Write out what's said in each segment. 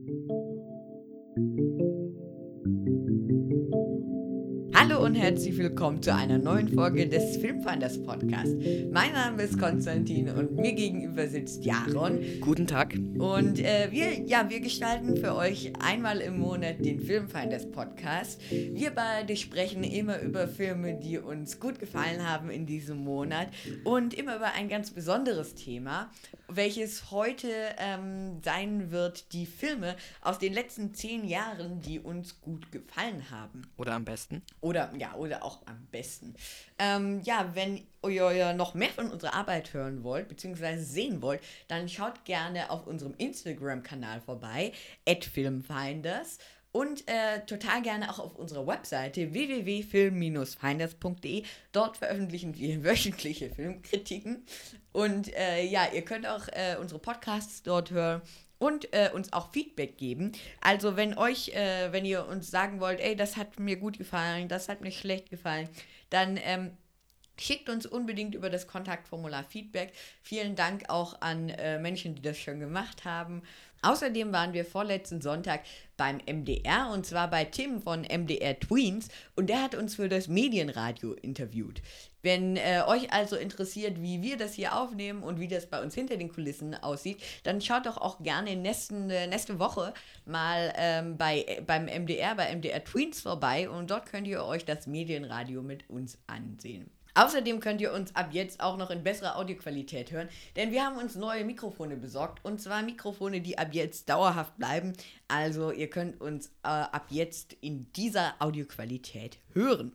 Hallo und herzlich willkommen zu einer neuen Folge des Filmfinders Podcast. Mein Name ist Konstantin und mir gegenüber sitzt Jaron. Guten Tag. Und wir gestalten für euch einmal im Monat den Filmfinders Podcast. Wir beide sprechen immer über Filme, die uns gut gefallen haben in diesem Monat und immer über ein ganz besonderes Thema, welches heute sein wird, die Filme aus den letzten 10 Jahren, die uns gut gefallen haben. Oder am besten. Oder auch am besten. Wenn ihr noch mehr von unserer Arbeit hören wollt, beziehungsweise sehen wollt, dann schaut gerne auf unserem Instagram-Kanal vorbei, @filmfinders. Und total gerne auch auf unserer Webseite www.film-finders.de. Dort veröffentlichen wir wöchentliche Filmkritiken. Und ihr könnt auch unsere Podcasts dort hören und uns auch Feedback geben. Also wenn ihr uns sagen wollt, ey, das hat mir gut gefallen, das hat mir schlecht gefallen, dann schickt uns unbedingt über das Kontaktformular Feedback. Vielen Dank auch an Menschen, die das schon gemacht haben. Außerdem waren wir vorletzten Sonntag beim MDR, und zwar bei Tim von MDR Tweens, und der hat uns für das Medienradio interviewt. Wenn euch also interessiert, wie wir das hier aufnehmen und wie das bei uns hinter den Kulissen aussieht, dann schaut doch auch gerne nächste Woche mal beim MDR, bei MDR Tweens vorbei, und dort könnt ihr euch das Medienradio mit uns ansehen. Außerdem könnt ihr uns ab jetzt auch noch in besserer Audioqualität hören, denn wir haben uns neue Mikrofone besorgt, und zwar Mikrofone, die ab jetzt dauerhaft bleiben. Also ihr könnt uns ab jetzt in dieser Audioqualität hören.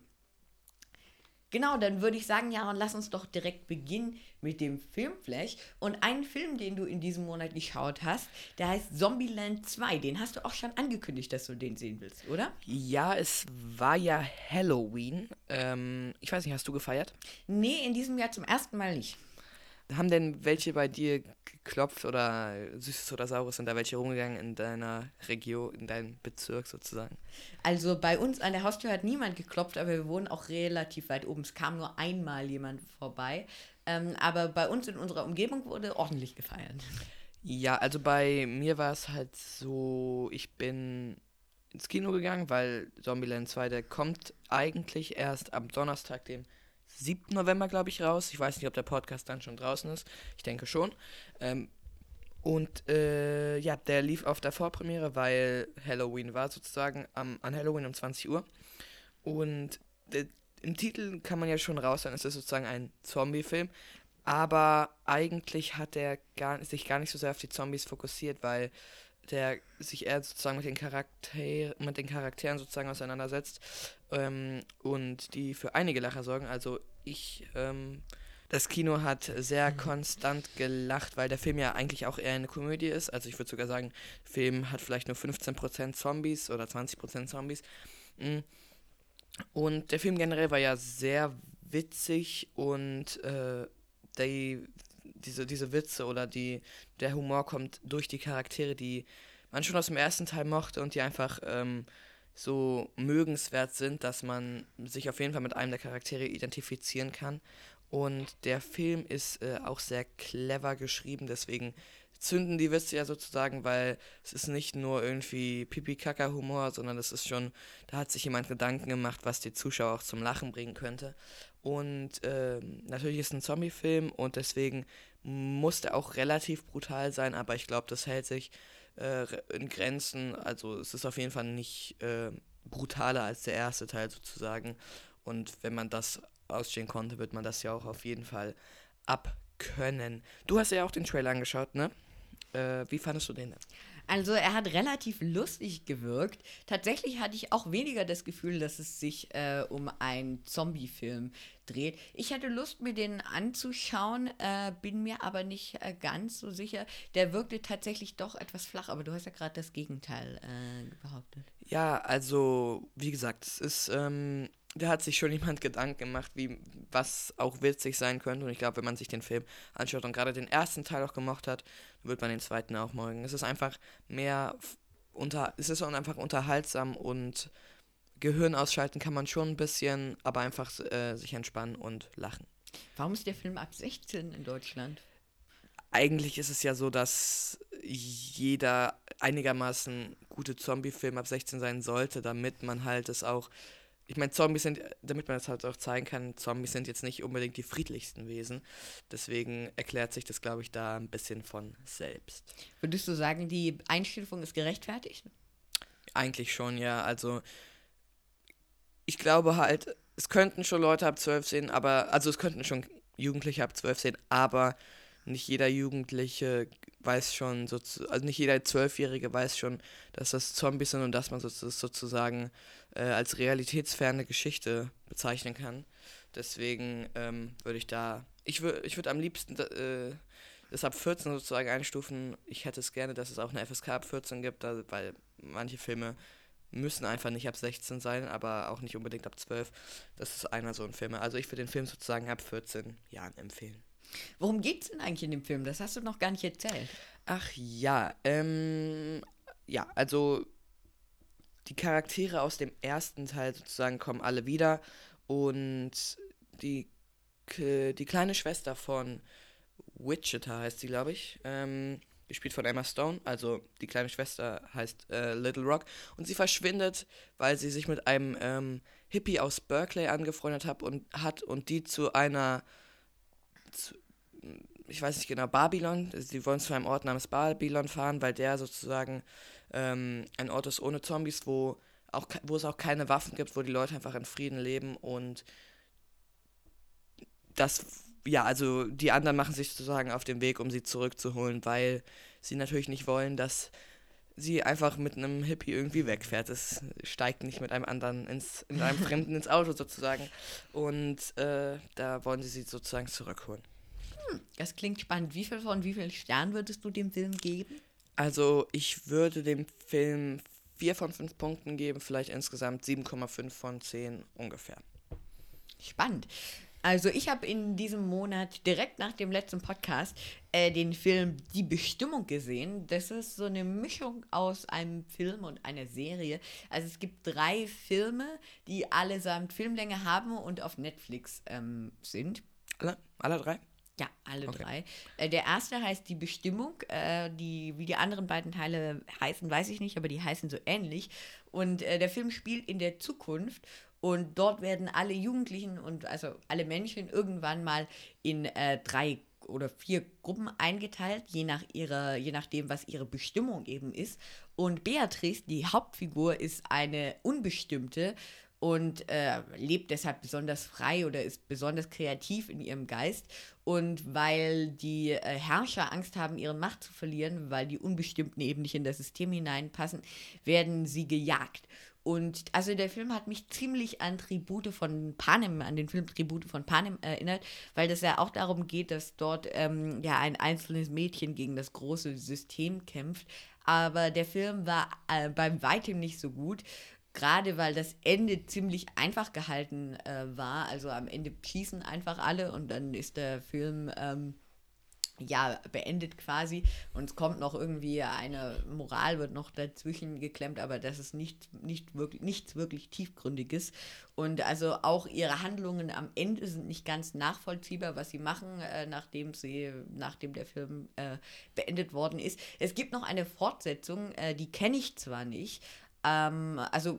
Genau, dann würde ich sagen, Jaron, lass uns doch direkt beginnen mit dem Filmflash. Und einen Film, den du in diesem Monat geschaut hast, der heißt Zombieland 2. Den hast du auch schon angekündigt, dass du den sehen willst, oder? Ja, es war ja Halloween. Ich weiß nicht, hast du gefeiert? Nee, in diesem Jahr zum ersten Mal nicht. Haben denn welche bei dir geklopft oder Süßes oder Saures, sind da welche rumgegangen in deiner Region, in deinem Bezirk sozusagen? Also bei uns an der Haustür hat niemand geklopft, aber wir wohnen auch relativ weit oben. Es kam nur einmal jemand vorbei. Aber bei uns in unserer Umgebung wurde ordentlich gefeiert. Ja, also bei mir war es halt so, ich bin ins Kino gegangen, weil Zombieland 2, der kommt eigentlich erst am Donnerstag, den 7. November, glaube ich, raus. Ich weiß nicht, ob der Podcast dann schon draußen ist. Ich denke schon. Der lief auf der Vorpremiere, weil Halloween war sozusagen an Halloween um 20 Uhr. Und im Titel kann man ja schon raushören, es ist sozusagen ein Zombie-Film. Aber eigentlich hat er sich gar nicht so sehr auf die Zombies fokussiert, weil der sich eher sozusagen mit den Charakteren sozusagen auseinandersetzt und die für einige Lacher sorgen. Also das Kino hat sehr konstant gelacht, weil der Film ja eigentlich auch eher eine Komödie ist. Also ich würde sogar sagen, der Film hat vielleicht nur 15% Zombies oder 20% Zombies. Und der Film generell war ja sehr witzig, und diese Witze oder der Humor kommt durch die Charaktere, die man schon aus dem ersten Teil mochte und die einfach so mögenswert sind, dass man sich auf jeden Fall mit einem der Charaktere identifizieren kann. Und der Film ist auch sehr clever geschrieben, deswegen zünden die Witze ja sozusagen, weil es ist nicht nur irgendwie Pipi-Kaka-Humor, sondern es ist schon, da hat sich jemand Gedanken gemacht, was die Zuschauer auch zum Lachen bringen könnte. Und natürlich ist es ein Zombie-Film und deswegen muss der auch relativ brutal sein, aber ich glaube, das hält sich in Grenzen. Also es ist auf jeden Fall nicht brutaler als der erste Teil sozusagen. Und wenn man das ausstehen konnte, wird man das ja auch auf jeden Fall abkönnen. Du hast ja auch den Trailer angeschaut, ne? Wie fandest du den denn? Also er hat relativ lustig gewirkt. Tatsächlich hatte ich auch weniger das Gefühl, dass es sich um einen Zombie-Film dreht. Ich hatte Lust, mir den anzuschauen, bin mir aber nicht ganz so sicher. Der wirkte tatsächlich doch etwas flach, aber du hast ja gerade das Gegenteil behauptet. Ja, also, wie gesagt, da hat sich schon jemand Gedanken gemacht, was auch witzig sein könnte. Und ich glaube, wenn man sich den Film anschaut und gerade den ersten Teil auch gemocht hat, wird man den zweiten auch mögen. Es ist einfach einfach unterhaltsam, und Gehirn ausschalten kann man schon ein bisschen, aber einfach sich entspannen und lachen. Warum ist der Film ab 16 in Deutschland? Eigentlich ist es ja so, dass jeder einigermaßen gute Zombie-Film ab 16 sein sollte, damit man halt es auch, ich meine, damit man das halt auch zeigen kann, Zombies sind jetzt nicht unbedingt die friedlichsten Wesen. Deswegen erklärt sich das, glaube ich, da ein bisschen von selbst. Würdest du sagen, die Einstufung ist gerechtfertigt? Eigentlich schon, ja. Also ich glaube halt, es könnten schon Leute ab 12 sehen, also es könnten schon Jugendliche ab 12 sehen, aber nicht jeder Jugendliche weiß schon, also nicht jeder Zwölfjährige weiß schon, dass das Zombies sind und dass man das sozusagen als realitätsferne Geschichte bezeichnen kann. Deswegen würde ich würde am liebsten das ab 14 sozusagen einstufen. Ich hätte es gerne, dass es auch eine FSK ab 14 gibt, weil manche Filme müssen einfach nicht ab 16 sein, aber auch nicht unbedingt ab 12. Das ist einer so ein Film. Also ich würde den Film sozusagen ab 14 Jahren empfehlen. Worum geht's denn eigentlich in dem Film? Das hast du noch gar nicht erzählt. Ach ja, ja, also die Charaktere aus dem ersten Teil sozusagen kommen alle wieder und die kleine Schwester von Wichita heißt sie, glaube ich, gespielt von Emma Stone, also die kleine Schwester heißt Little Rock und sie verschwindet, weil sie sich mit einem Hippie aus Berkeley angefreundet hat und die zu einer, ich weiß nicht genau, Babylon, sie wollen zu einem Ort namens Babylon fahren, weil der sozusagen ein Ort ist ohne Zombies, wo es auch keine Waffen gibt, wo die Leute einfach in Frieden leben und also die anderen machen sich sozusagen auf den Weg, um sie zurückzuholen, weil sie natürlich nicht wollen, dass sie einfach mit einem Hippie irgendwie wegfährt. Es steigt nicht mit einem anderen mit einem Fremden ins Auto sozusagen. Und da wollen sie sozusagen zurückholen. Das klingt spannend. Wie vielen Sternen würdest du dem Film geben? Also ich würde dem Film 4 von 5 Punkten geben, vielleicht insgesamt 7,5 von 10 ungefähr. Spannend. Also ich habe in diesem Monat direkt nach dem letzten Podcast den Film Die Bestimmung gesehen. Das ist so eine Mischung aus einem Film und einer Serie. Also es gibt 3 Filme, die allesamt Filmlänge haben und auf Netflix sind. Alle 3? Ja, alle 3. Der erste heißt Die Bestimmung. Wie die anderen beiden Teile heißen, weiß ich nicht, aber die heißen so ähnlich. Und der Film spielt in der Zukunft. Und dort werden alle Jugendlichen und also alle Menschen irgendwann mal in 3 oder 4 Gruppen eingeteilt, je nachdem, was ihre Bestimmung eben ist. Und Beatrice, die Hauptfigur, ist eine Unbestimmte und lebt deshalb besonders frei oder ist besonders kreativ in ihrem Geist. Und weil die Herrscher Angst haben, ihre Macht zu verlieren, weil die Unbestimmten eben nicht in das System hineinpassen, werden sie gejagt. Und also der Film hat mich ziemlich an den Film Tribute von Panem erinnert, weil das ja auch darum geht, dass dort ein einzelnes Mädchen gegen das große System kämpft. Aber der Film war beim weitem nicht so gut, gerade weil das Ende ziemlich einfach gehalten war. Also am Ende schießen einfach alle und dann ist der Film beendet quasi und es kommt noch irgendwie eine Moral, wird noch dazwischen geklemmt, aber das ist nichts wirklich Tiefgründiges und also auch ihre Handlungen am Ende sind nicht ganz nachvollziehbar, was sie machen, nachdem der Film beendet worden ist. Es gibt noch eine Fortsetzung, die kenne ich zwar nicht, aber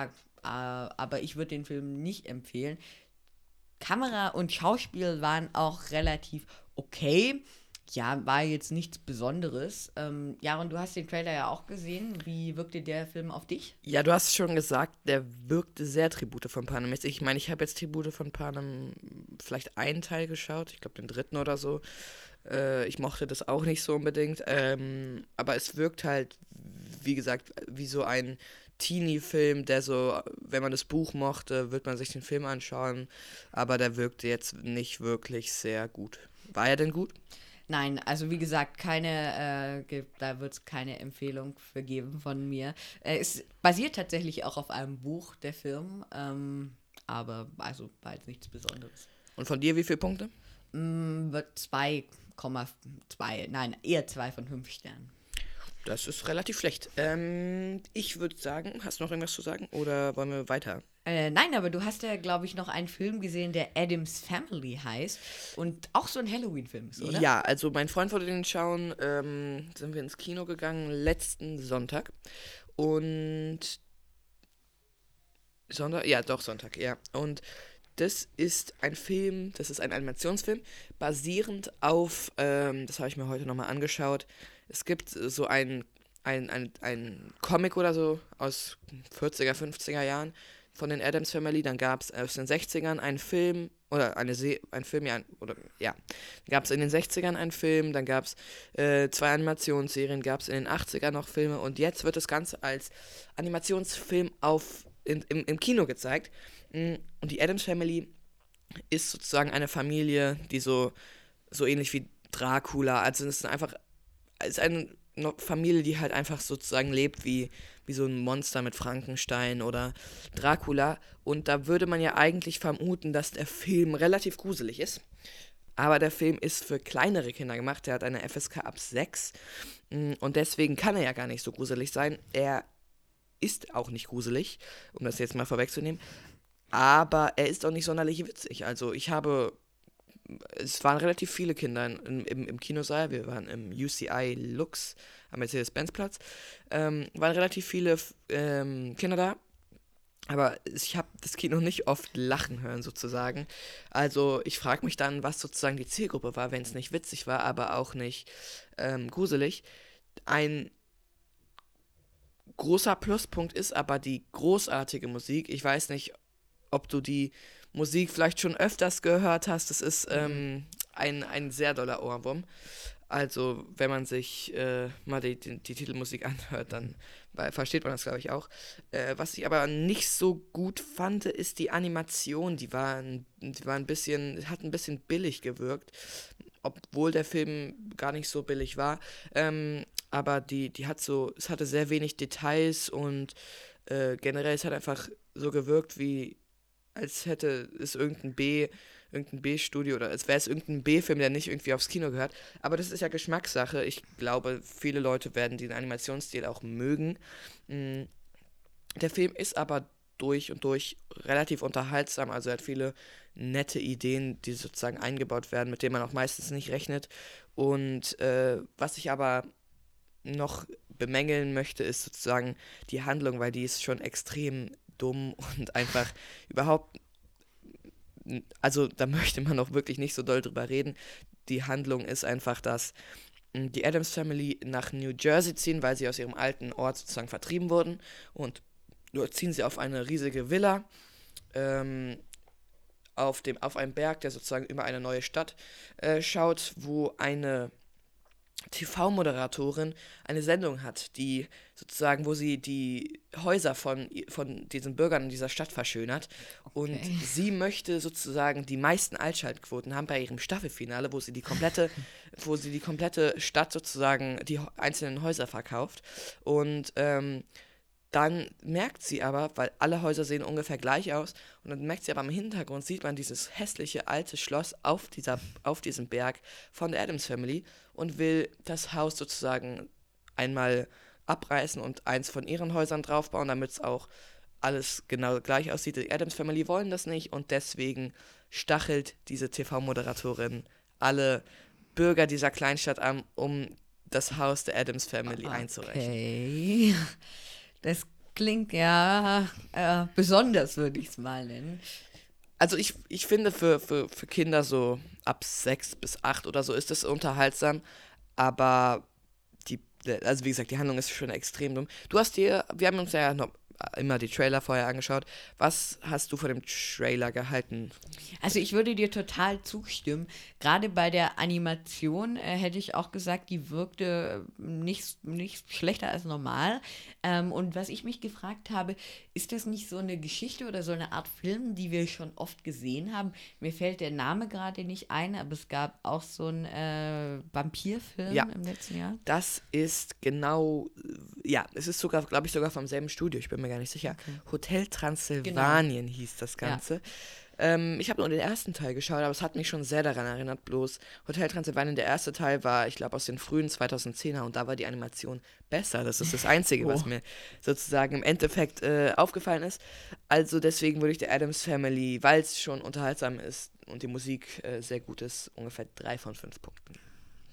ich würde den Film nicht empfehlen. Kamera und Schauspiel waren auch relativ okay. Ja, war jetzt nichts Besonderes. Jaron, du hast den Trailer ja auch gesehen. Wie wirkte der Film auf dich? Ja, du hast schon gesagt, der wirkte sehr Tribute von Panem. Ich meine, ich habe jetzt Tribute von Panem vielleicht einen Teil geschaut, ich glaube den 3. oder so. Ich mochte das auch nicht so unbedingt. Aber es wirkt halt, wie gesagt, wie so ein Teenie-Film, der so, wenn man das Buch mochte, wird man sich den Film anschauen. Aber der wirkte jetzt nicht wirklich sehr gut. War er denn gut? Nein, also wie gesagt, da wird es keine Empfehlung für geben von mir. Es basiert tatsächlich auch auf einem Buch, der Film, aber also war jetzt nichts Besonderes. Und von dir wie viele Punkte? Wird 2,2, nein, eher 2 von 5 Sternen. Das ist relativ schlecht. Ich würde sagen, hast du noch irgendwas zu sagen oder wollen wir weiter? Nein, aber du hast ja, glaube ich, noch einen Film gesehen, der Addams Family heißt und auch so ein Halloween-Film ist, oder? Ja, also mein Freund wollte den schauen, sind wir ins Kino gegangen letzten Sonntag und Sonntag, ja doch Sonntag, ja. Und das ist ein Film, das ist ein Animationsfilm, basierend auf, das habe ich mir heute nochmal angeschaut. Es gibt so ein Comic oder so aus 40er, 50er Jahren von den Addams Family. Dann gab es aus den 60ern einen Film, oder ein Film, ja, oder ja. Dann gab es in den 60ern einen Film, dann gab es 2 Animationsserien, gab es in den 80ern noch Filme und jetzt wird das Ganze als Animationsfilm im Kino gezeigt. Und die Addams Family ist sozusagen eine Familie, die so ähnlich wie Dracula, also es ist eine Familie, die halt einfach sozusagen lebt wie so ein Monster mit Frankenstein oder Dracula. Und da würde man ja eigentlich vermuten, dass der Film relativ gruselig ist. Aber der Film ist für kleinere Kinder gemacht, der hat eine FSK ab 6 und deswegen kann er ja gar nicht so gruselig sein. Er ist auch nicht gruselig, um das jetzt mal vorwegzunehmen. Aber er ist auch nicht sonderlich witzig. Also es waren relativ viele Kinder im Kinosaal. Wir waren im UCI Lux am Mercedes-Benz-Platz. Waren relativ viele Kinder da. Aber ich habe das Kino nicht oft lachen hören, sozusagen. Also ich frage mich dann, was sozusagen die Zielgruppe war, wenn es nicht witzig war, aber auch nicht gruselig. Ein großer Pluspunkt ist aber die großartige Musik. Ich weiß nicht, ob du die Musik vielleicht schon öfters gehört hast. Das ist ein sehr doller Ohrwurm. Also, wenn man sich mal die Titelmusik anhört, dann versteht man das, glaube ich, auch. Was ich aber nicht so gut fand, ist die Animation. Hat ein bisschen billig gewirkt, obwohl der Film gar nicht so billig war. Aber es hatte sehr wenig Details und generell, es hat einfach so gewirkt, wie als hätte es irgendein B-Studio oder als wäre es irgendein B-Film, der nicht irgendwie aufs Kino gehört. Aber das ist ja Geschmackssache. Ich glaube, viele Leute werden den Animationsstil auch mögen. Der Film ist aber durch und durch relativ unterhaltsam. Also er hat viele nette Ideen, die sozusagen eingebaut werden, mit denen man auch meistens nicht rechnet. Und was ich aber noch bemängeln möchte, ist sozusagen die Handlung, weil die ist schon extrem dumm und einfach überhaupt, also da möchte man auch wirklich nicht so doll drüber reden. Die Handlung ist einfach, dass die Addams Family nach New Jersey ziehen, weil sie aus ihrem alten Ort sozusagen vertrieben wurden und dort ziehen sie auf eine riesige Villa auf einem Berg, der sozusagen über eine neue Stadt schaut, wo eine TV-Moderatorin eine Sendung hat, die sozusagen, wo sie die Häuser von diesen Bürgern in dieser Stadt verschönert. Und sie möchte sozusagen die meisten Einschaltquoten haben bei ihrem Staffelfinale, wo sie die komplette Stadt sozusagen, die einzelnen Häuser verkauft. Und dann merkt sie aber, weil alle Häuser sehen ungefähr gleich aus, und dann merkt sie aber im Hintergrund, sieht man dieses hässliche alte Schloss auf diesem Berg von der Addams Family und will das Haus sozusagen einmal abreißen und eins von ihren Häusern draufbauen, damit es auch alles genau gleich aussieht. Die Addams Family wollen das nicht und deswegen stachelt diese TV-Moderatorin alle Bürger dieser Kleinstadt an, um das Haus der Addams Family einzureichen. Okay. Das klingt ja besonders, würde ich es mal nennen. Also ich finde, für Kinder so ab 6 bis 8 oder so ist das unterhaltsam, aber also wie gesagt, die Handlung ist schon extrem dumm. Wir haben uns ja noch immer die Trailer vorher angeschaut. Was hast du von dem Trailer gehalten? Also ich würde dir total zustimmen. Gerade bei der Animation hätte ich auch gesagt, die wirkte nicht schlechter als normal. Und was ich mich gefragt habe, ist das nicht so eine Geschichte oder so eine Art Film, die wir schon oft gesehen haben? Mir fällt der Name gerade nicht ein, aber es gab auch so einen Vampirfilm im letzten Jahr. Das ist genau, es ist sogar, glaube ich, sogar vom selben Studio, ich bin mir gar nicht sicher. Okay. Hotel Transsilvanien hieß das Ganze. Ich habe nur den ersten Teil geschaut, aber es hat mich schon sehr daran erinnert, bloß Hotel Transylvanien, der erste Teil war, ich glaube, aus den frühen 2010er und da war die Animation besser. Das ist das Einzige, was mir sozusagen im Endeffekt aufgefallen ist. Also deswegen würde ich der Addams Family, weil es schon unterhaltsam ist und die Musik sehr gut ist, ungefähr 3 von 5 Punkten geben.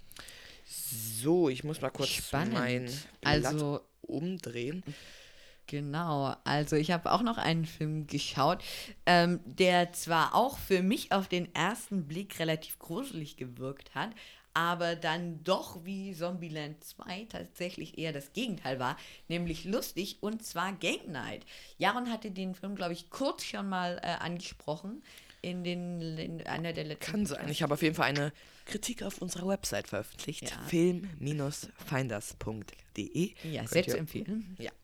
So, ich muss mal kurz mein Blatt umdrehen. Genau, also ich habe auch noch einen Film geschaut, der zwar auch für mich auf den ersten Blick relativ gruselig gewirkt hat, aber dann doch wie Zombieland 2 tatsächlich eher das Gegenteil war, nämlich lustig, und zwar Game Night. Jaron hatte den Film, glaube ich, kurz schon mal angesprochen in einer der letzten Kann sein, ich habe auf jeden Fall eine Kritik auf unserer Website veröffentlicht, Ja. film-finders.de. Ja, sehr zu empfehlen. Ja.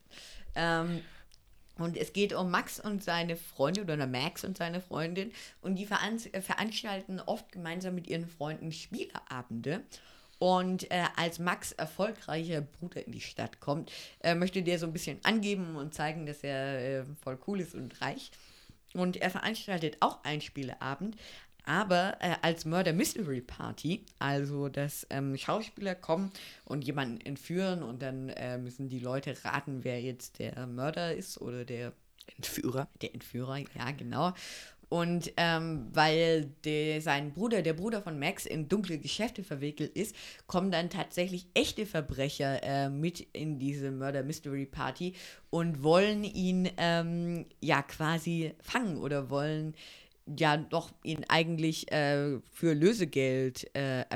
Und es geht um Max und seine Freundin oder Max und seine Freundin, und die veranstalten oft gemeinsam mit ihren Freunden Spieleabende. Und als Max erfolgreicher Bruder in die Stadt kommt, möchte der so ein bisschen angeben und zeigen, dass er voll cool ist und reich. Und er veranstaltet auch einen Spieleabend, aber als Murder Mystery Party, also dass Schauspieler kommen und jemanden entführen, und dann müssen die Leute raten, wer jetzt der Mörder ist oder der Entführer. Der Entführer, ja, genau. Und weil sein Bruder, der Bruder von Max, in dunkle Geschäfte verwickelt ist, kommen dann tatsächlich echte Verbrecher mit in diese Murder Mystery Party und wollen ihn ja quasi fangen oder wollen ja doch ihn eigentlich für Lösegeld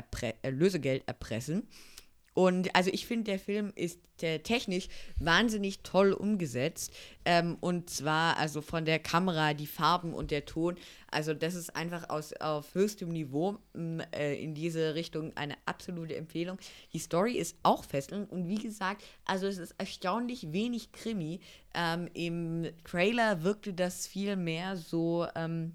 erpressen. Und also ich finde, der Film ist technisch wahnsinnig toll umgesetzt. Und zwar also von der Kamera, die Farben und der Ton. Also das ist einfach auf höchstem Niveau in diese Richtung eine absolute Empfehlung. Die Story ist auch fesselnd und wie gesagt, also es ist erstaunlich wenig Krimi. Im Trailer wirkte das viel mehr so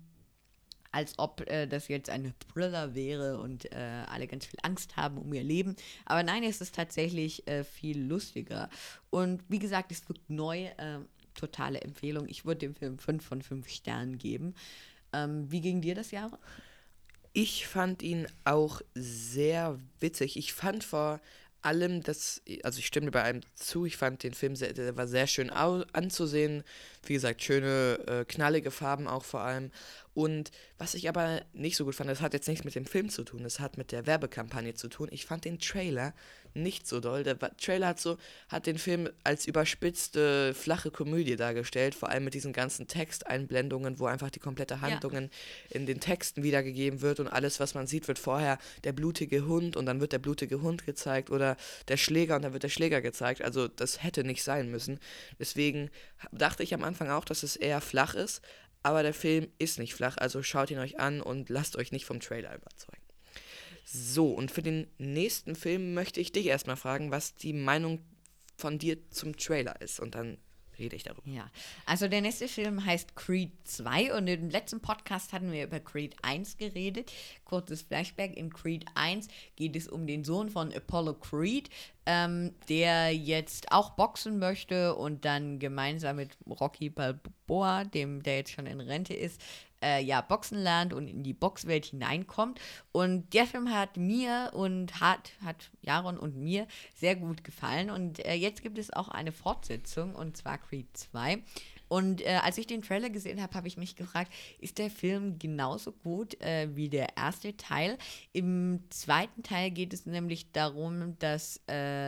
als ob das jetzt ein Thriller wäre und alle ganz viel Angst haben um ihr Leben. Aber nein, es ist tatsächlich viel lustiger. Und wie gesagt, es wirkt neu. Totale Empfehlung. Ich würde dem Film 5 von 5 Sternen geben. Wie ging dir das, Jahre? Ich fand ihn auch sehr witzig. Ich fand vor allem, also ich stimme bei einem zu, ich fand den Film, der war sehr schön anzusehen. Wie gesagt, schöne, knallige Farben auch vor allem. Und was ich aber nicht so gut fand, das hat jetzt nichts mit dem Film zu tun, das hat mit der Werbekampagne zu tun. Ich fand den Trailer nicht so doll. Der Trailer hat den Film als überspitzte, flache Komödie dargestellt, vor allem mit diesen ganzen Texteinblendungen, wo einfach die komplette Handlungen in den Texten wiedergegeben wird und alles, was man sieht, wird vorher der blutige Hund und dann wird der blutige Hund gezeigt oder der Schläger und dann wird der Schläger gezeigt. Also das hätte nicht sein müssen. Deswegen dachte ich am Anfang auch, dass es eher flach ist, aber der Film ist nicht flach, also schaut ihn euch an und lasst euch nicht vom Trailer überzeugen. So, und für den nächsten Film möchte ich dich erstmal fragen, was die Meinung von dir zum Trailer ist. Und dann rede ich darüber. Ja, also der nächste Film heißt Creed 2 und im letzten Podcast hatten wir über Creed 1 geredet. Kurzes Flashback: In Creed 1 geht es um den Sohn von Apollo Creed, der jetzt auch boxen möchte und dann gemeinsam mit Rocky Balboa, der jetzt schon in Rente ist, boxen lernt und in die Boxwelt hineinkommt. Und der Film hat mir und hat Jaron und mir sehr gut gefallen. Und jetzt gibt es auch eine Fortsetzung, und zwar Creed 2. Und als ich den Trailer gesehen habe, habe ich mich gefragt, ist der Film genauso gut wie der erste Teil? Im zweiten Teil geht es nämlich darum, dass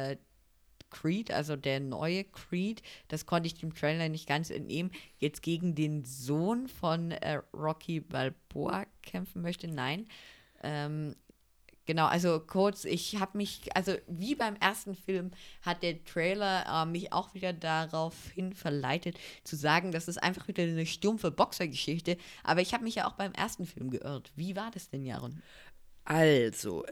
Creed, also der neue Creed, das konnte ich dem Trailer nicht ganz entnehmen, jetzt gegen den Sohn von Rocky Balboa kämpfen möchte. Nein. Genau, also kurz, ich habe mich, also wie beim ersten Film hat der Trailer mich auch wieder daraufhin verleitet, zu sagen, das ist einfach wieder eine stumpfe Boxergeschichte, aber ich habe mich ja auch beim ersten Film geirrt. Wie war das denn, Jaron? Also,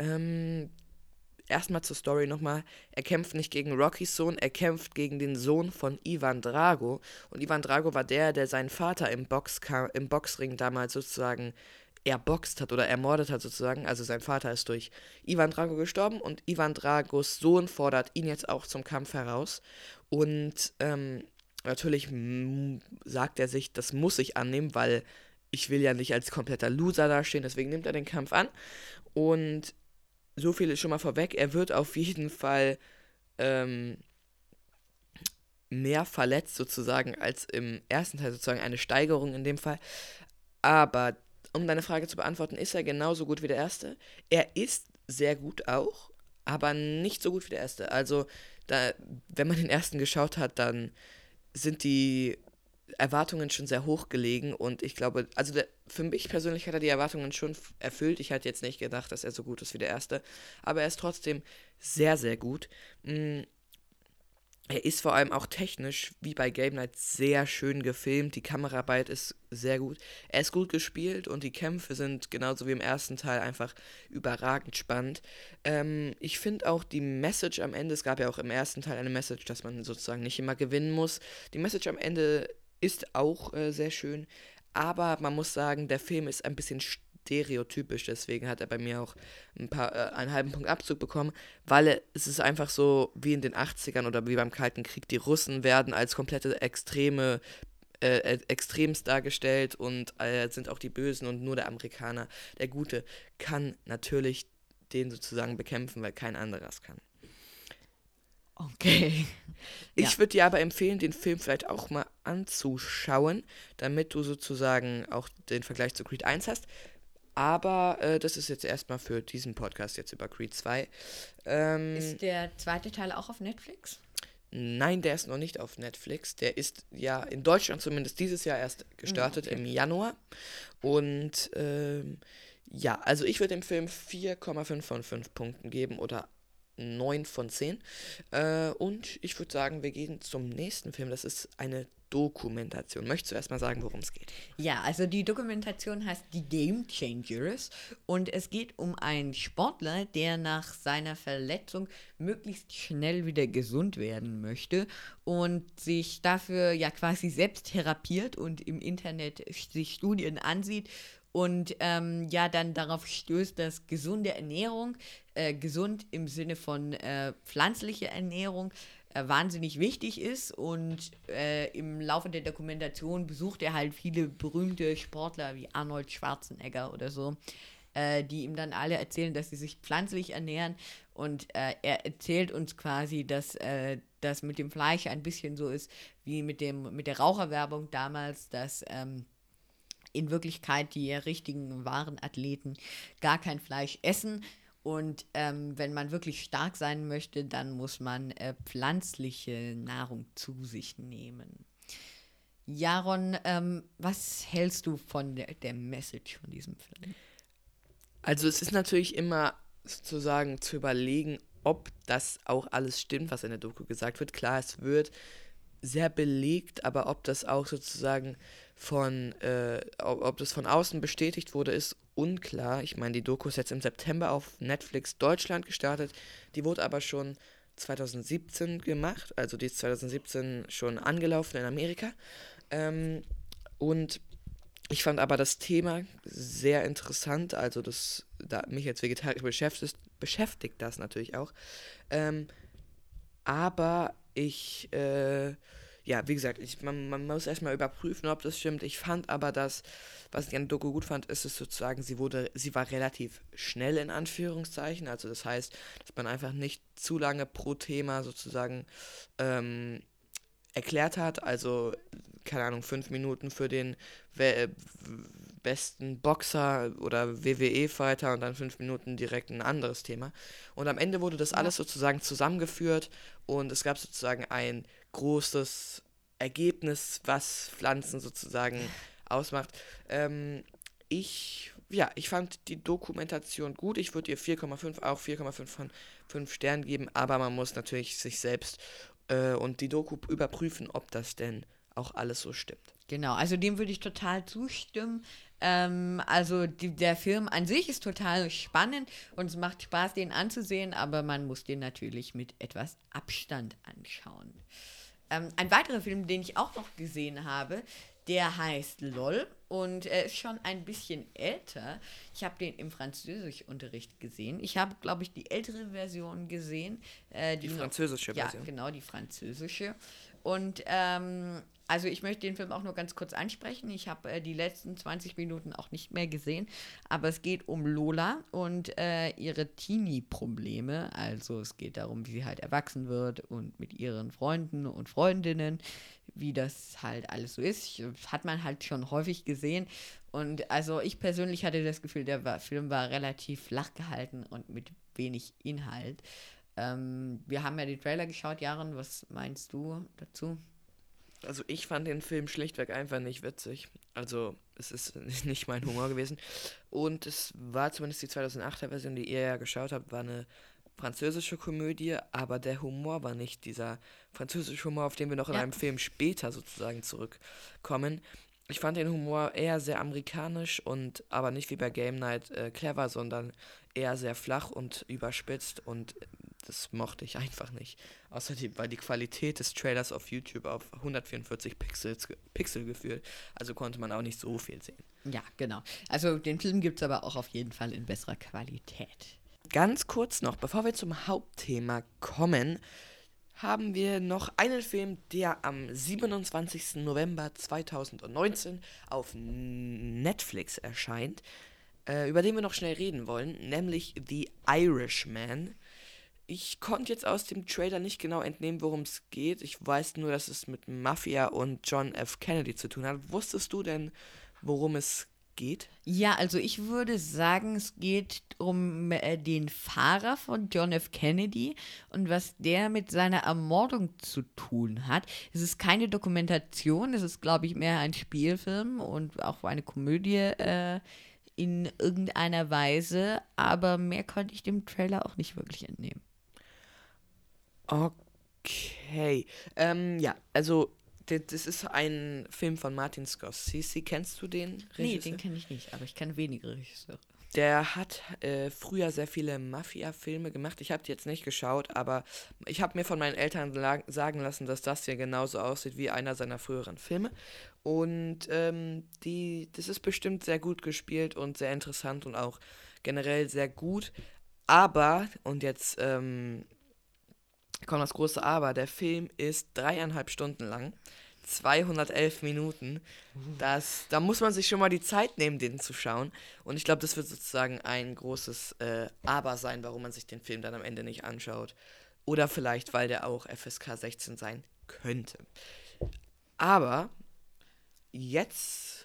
erstmal zur Story nochmal. Er kämpft nicht gegen Rockys Sohn, er kämpft gegen den Sohn von Ivan Drago. Und Ivan Drago war der seinen Vater im Boxring damals sozusagen erboxt hat oder ermordet hat sozusagen. Also sein Vater ist durch Ivan Drago gestorben und Ivan Dragos Sohn fordert ihn jetzt auch zum Kampf heraus. Und natürlich sagt er sich, das muss ich annehmen, weil ich will ja nicht als kompletter Loser dastehen, deswegen nimmt er den Kampf an. Und so viel ist schon mal vorweg, er wird auf jeden Fall mehr verletzt sozusagen als im ersten Teil, sozusagen eine Steigerung in dem Fall. Aber um deine Frage zu beantworten, ist er genauso gut wie der erste? Er ist sehr gut auch, aber nicht so gut wie der erste. Also, wenn man den ersten geschaut hat, dann sind die Erwartungen schon sehr hoch gelegen und ich glaube, also für mich persönlich hat er die Erwartungen schon erfüllt. Ich hatte jetzt nicht gedacht, dass er so gut ist wie der erste, aber er ist trotzdem sehr, sehr gut. Er ist vor allem auch technisch, wie bei Game Night, sehr schön gefilmt. Die Kameraarbeit ist sehr gut. Er ist gut gespielt und die Kämpfe sind genauso wie im ersten Teil einfach überragend spannend. Ich finde auch die Message am Ende, es gab ja auch im ersten Teil eine Message, dass man sozusagen nicht immer gewinnen muss. Die Message am Ende ist auch sehr schön, aber man muss sagen, der Film ist ein bisschen stereotypisch, deswegen hat er bei mir auch einen halben Punkt Abzug bekommen, weil es ist einfach so wie in den 80ern oder wie beim Kalten Krieg, die Russen werden als komplette Extrems dargestellt und sind auch die Bösen und nur der Amerikaner, der Gute, kann natürlich den sozusagen bekämpfen, weil kein anderer es kann. Okay. Ja. Ich würde dir aber empfehlen, den Film vielleicht auch mal anzuschauen, damit du sozusagen auch den Vergleich zu Creed 1 hast. Aber das ist jetzt erstmal für diesen Podcast jetzt über Creed 2. Ist der zweite Teil auch auf Netflix? Nein, der ist noch nicht auf Netflix. Der ist ja in Deutschland zumindest dieses Jahr erst gestartet, im Januar. Und ja, also ich würde dem Film 4,5 von 5 Punkten geben oder 9 von 10. Und ich würde sagen, wir gehen zum nächsten Film. Das ist eine Dokumentation. Möchtest du erstmal sagen, worum es geht? Ja, also die Dokumentation heißt Die Game Changers und es geht um einen Sportler, der nach seiner Verletzung möglichst schnell wieder gesund werden möchte und sich dafür ja quasi selbst therapiert und im Internet sich Studien ansieht und ja dann darauf stößt, dass gesunde Ernährung, gesund im Sinne von pflanzliche Ernährung, wahnsinnig wichtig ist und im Laufe der Dokumentation besucht er halt viele berühmte Sportler wie Arnold Schwarzenegger oder so, die ihm dann alle erzählen, dass sie sich pflanzlich ernähren und er erzählt uns quasi, dass das mit dem Fleisch ein bisschen so ist wie mit der Raucherwerbung damals, dass in Wirklichkeit die richtigen wahren Athleten gar kein Fleisch essen. Und wenn man wirklich stark sein möchte, dann muss man pflanzliche Nahrung zu sich nehmen. Jaron, was hältst du von der Message von diesem Film? Also es ist natürlich immer sozusagen zu überlegen, ob das auch alles stimmt, was in der Doku gesagt wird. Klar, es wird sehr belegt, aber ob das auch sozusagen ob das von außen bestätigt wurde, ist unklar. Ich meine, die Doku ist jetzt im September auf Netflix Deutschland gestartet. Die wurde aber schon 2017 gemacht, also die ist 2017 schon angelaufen in Amerika. Und ich fand aber das Thema sehr interessant, also da mich als Vegetarier beschäftigt das natürlich auch. Aber ja, wie gesagt, man muss erstmal überprüfen, ob das stimmt. Ich fand aber was ich an der Doku gut fand, ist es sozusagen, sie war relativ schnell in Anführungszeichen. Also das heißt, dass man einfach nicht zu lange pro Thema sozusagen erklärt hat. Also, keine Ahnung, 5 Minuten für den besten Boxer oder WWE-Fighter und dann 5 Minuten direkt ein anderes Thema. Und am Ende wurde das alles sozusagen zusammengeführt und es gab sozusagen ein großes Ergebnis, was Pflanzen sozusagen ausmacht. Ich fand die Dokumentation gut. Ich würde ihr 4,5 von 5 Sternen geben, aber man muss natürlich sich selbst und die Doku überprüfen, ob das denn auch alles so stimmt. Genau, also dem würde ich total zustimmen. Also der Film an sich ist total spannend und es macht Spaß, den anzusehen, aber man muss den natürlich mit etwas Abstand anschauen. Ein weiterer Film, den ich auch noch gesehen habe, der heißt LOL und er ist schon ein bisschen älter. Ich habe den im Französischunterricht gesehen. Ich habe, glaube ich, die ältere Version gesehen. Die französische Version. Ja, genau, die französische. Und also ich möchte den Film auch nur ganz kurz ansprechen. Ich habe die letzten 20 Minuten auch nicht mehr gesehen, aber es geht um Lola und ihre Teenie-Probleme. Also es geht darum, wie sie halt erwachsen wird und mit ihren Freunden und Freundinnen, wie das halt alles so ist. Das hat man halt schon häufig gesehen. Und also ich persönlich hatte das Gefühl, Film war relativ flach gehalten und mit wenig Inhalt. Wir haben ja den Trailer geschaut, Jaren. Was meinst du dazu? Also ich fand den Film schlichtweg einfach nicht witzig. Also es ist nicht mein Humor gewesen. Und es war zumindest die 2008er Version, die ihr ja geschaut habt, war eine französische Komödie, aber der Humor war nicht dieser französische Humor, auf den wir noch in Ja. einem Film später sozusagen zurückkommen. Ich fand den Humor eher sehr amerikanisch und aber nicht wie bei Game Night clever, sondern eher sehr flach und überspitzt und das mochte ich einfach nicht. Außerdem war die Qualität des Trailers auf YouTube auf 144 Pixel gefühlt, also konnte man auch nicht so viel sehen. Ja, genau. Also den Film gibt es aber auch auf jeden Fall in besserer Qualität. Ganz kurz noch, bevor wir zum Hauptthema kommen, haben wir noch einen Film, der am 27. November 2019 auf Netflix erscheint, über den wir noch schnell reden wollen, nämlich The Irishman. Ich konnte jetzt aus dem Trailer nicht genau entnehmen, worum es geht. Ich weiß nur, dass es mit Mafia und John F. Kennedy zu tun hat. Wusstest du denn, worum es geht? Ja, also ich würde sagen, es geht um den Fahrer von John F. Kennedy und was der mit seiner Ermordung zu tun hat. Es ist keine Dokumentation, es ist, glaube ich, mehr ein Spielfilm und auch eine Komödie in irgendeiner Weise, aber mehr konnte ich dem Trailer auch nicht wirklich entnehmen. Okay. Ja, also das ist ein Film von Martin Scorsese. Kennst du den Nee, Regisseur? den kenne ich nicht, aber ich kenne wenige Regisseure. Der hat früher sehr viele Mafia-Filme gemacht. Ich habe die jetzt nicht geschaut, aber ich habe mir von meinen Eltern sagen lassen, dass das hier genauso aussieht wie einer seiner früheren Filme. Und das ist bestimmt sehr gut gespielt und sehr interessant und auch generell sehr gut. Aber, und jetzt kommt das große Aber, der Film ist 3,5 Stunden lang. 211 Minuten. Da muss man sich schon mal die Zeit nehmen, den zu schauen. Und ich glaube, das wird sozusagen ein großes Aber sein, warum man sich den Film dann am Ende nicht anschaut. Oder vielleicht, weil der auch FSK 16 sein könnte. Aber jetzt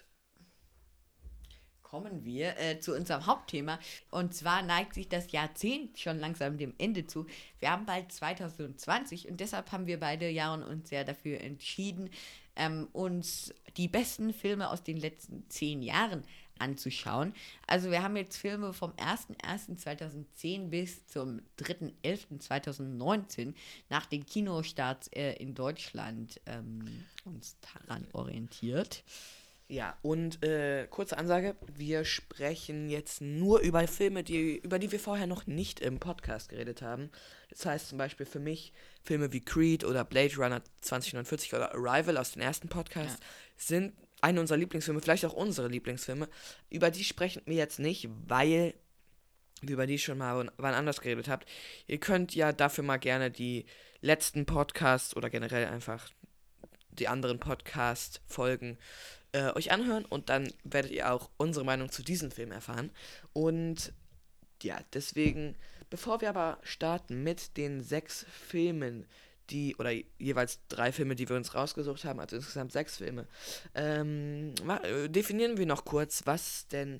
Kommen wir zu unserem Hauptthema. Und zwar neigt sich das Jahrzehnt schon langsam dem Ende zu. Wir haben bald 2020 und deshalb haben wir beide Jahren uns ja dafür entschieden, uns die besten Filme aus den letzten 10 Jahren anzuschauen. Also wir haben jetzt Filme vom 01.01.2010 bis zum 3.11.2019 nach den Kinostarts in Deutschland uns daran orientiert. Ja, und kurze Ansage, wir sprechen jetzt nur über Filme, über die wir vorher noch nicht im Podcast geredet haben. Das heißt zum Beispiel für mich Filme wie Creed oder Blade Runner 2049 oder Arrival aus dem ersten Podcast sind eine unserer Lieblingsfilme, vielleicht auch unsere Lieblingsfilme. Über die sprechen wir jetzt nicht, weil wir über die schon mal wann anders geredet habt. Ihr könnt ja dafür mal gerne die letzten Podcasts oder generell einfach die anderen Podcast-Folgen euch anhören und dann werdet ihr auch unsere Meinung zu diesem Film erfahren. Und ja, deswegen, bevor wir aber starten mit den 6 Filmen, oder jeweils 3 Filme, die wir uns rausgesucht haben, also insgesamt 6 Filme, definieren wir noch kurz, was es denn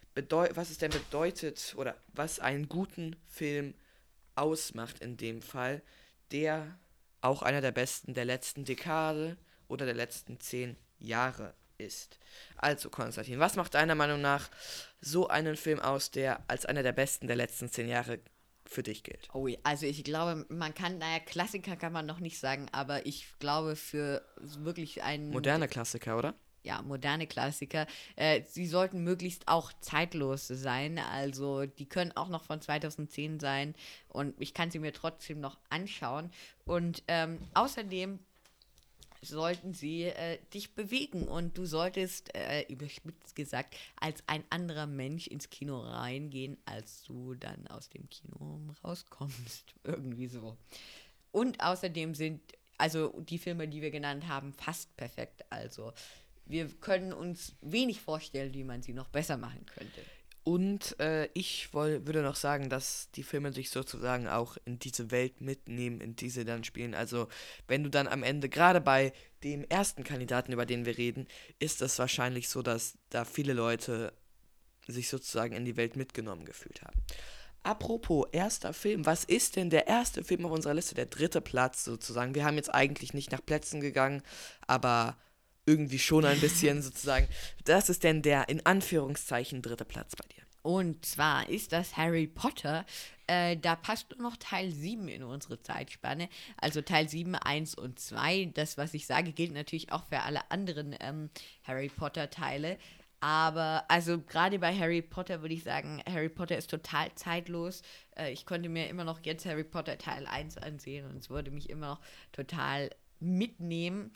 bedeutet oder was einen guten Film ausmacht in dem Fall, der auch einer der besten der letzten Dekade oder der letzten 10 Jahre ist. Also, Konstantin, was macht deiner Meinung nach so einen Film aus, der als einer der besten der letzten 10 Jahre für dich gilt? Oh, also ich glaube, Klassiker kann man noch nicht sagen, aber ich glaube für wirklich einen Moderne Klassiker, oder? ja, moderne Klassiker, sie sollten möglichst auch zeitlos sein, also die können auch noch von 2010 sein und ich kann sie mir trotzdem noch anschauen und außerdem sollten sie dich bewegen und du solltest, überspitzt gesagt, als ein anderer Mensch ins Kino reingehen, als du dann aus dem Kino rauskommst. Irgendwie so. Und außerdem sind also die Filme, die wir genannt haben, fast perfekt. Also wir können uns wenig vorstellen, wie man sie noch besser machen könnte. Und ich würde noch sagen, dass die Filme sich sozusagen auch in diese Welt mitnehmen, in die sie dann spielen. Also wenn du dann am Ende, gerade bei dem ersten Kandidaten, über den wir reden, ist es wahrscheinlich so, dass da viele Leute sich sozusagen in die Welt mitgenommen gefühlt haben. Apropos erster Film, was ist denn der erste Film auf unserer Liste, der dritte Platz sozusagen? Wir haben jetzt eigentlich nicht nach Plätzen gegangen, aber irgendwie schon ein bisschen sozusagen. Das ist denn der in Anführungszeichen dritte Platz bei dir? Und zwar ist das Harry Potter. Da passt nur noch Teil 7 in unsere Zeitspanne. Also Teil 7, 1 und 2. Das, was ich sage, gilt natürlich auch für alle anderen Harry Potter-Teile. Aber also gerade bei Harry Potter würde ich sagen, Harry Potter ist total zeitlos. Ich konnte mir immer noch jetzt Harry Potter Teil 1 ansehen und es würde mich immer noch total mitnehmen.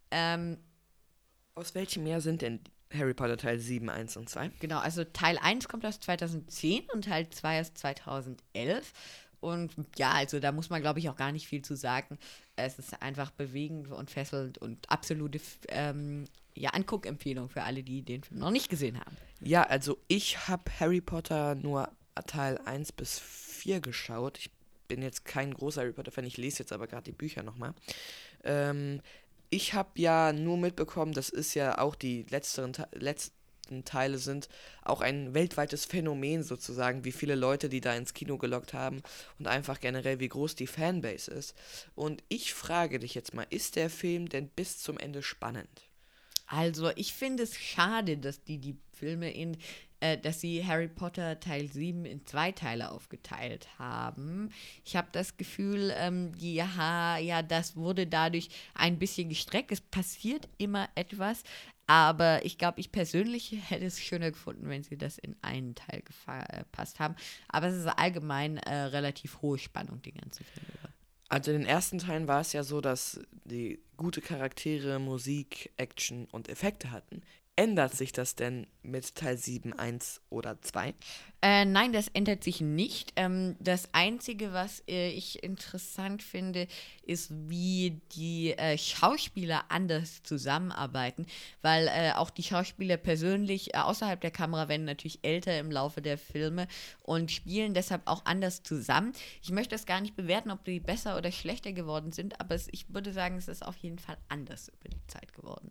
Aus welchem Jahr sind denn Harry Potter Teil 7, 1 und 2? Genau, also Teil 1 kommt aus 2010 und Teil 2 aus 2011. Und ja, also da muss man, glaube ich, auch gar nicht viel zu sagen. Es ist einfach bewegend und fesselnd und absolute Anguckempfehlung für alle, die den Film noch nicht gesehen haben. Ja, also ich habe Harry Potter nur Teil 1 bis 4 geschaut. Ich bin jetzt kein großer Harry Potter-Fan, ich lese jetzt aber gerade die Bücher nochmal. Ich habe ja nur mitbekommen, das ist ja auch die letzten Teile sind auch ein weltweites Phänomen sozusagen, wie viele Leute, die da ins Kino gelockt haben und einfach generell, wie groß die Fanbase ist. Und ich frage dich jetzt mal, ist der Film denn bis zum Ende spannend? Also, ich finde es schade, dass die Filme dass sie Harry Potter Teil 7 in 2 Teile aufgeteilt haben. Ich habe das Gefühl, das wurde dadurch ein bisschen gestreckt. Es passiert immer etwas, aber ich glaube, ich persönlich hätte es schöner gefunden, wenn sie das in einen Teil gepasst haben. Aber es ist allgemein relativ hohe Spannung, die ganze Filme über. Also in den ersten Teilen war es ja so, dass die gute Charaktere, Musik, Action und Effekte hatten. Ändert sich das denn mit Teil 7, 1 oder 2? Nein, das ändert sich nicht. Das Einzige, was ich interessant finde, ist, wie die Schauspieler anders zusammenarbeiten, weil auch die Schauspieler persönlich außerhalb der Kamera werden natürlich älter im Laufe der Filme und spielen deshalb auch anders zusammen. Ich möchte das gar nicht bewerten, ob die besser oder schlechter geworden sind, aber ich würde sagen, es ist auf jeden Fall anders über die Zeit geworden.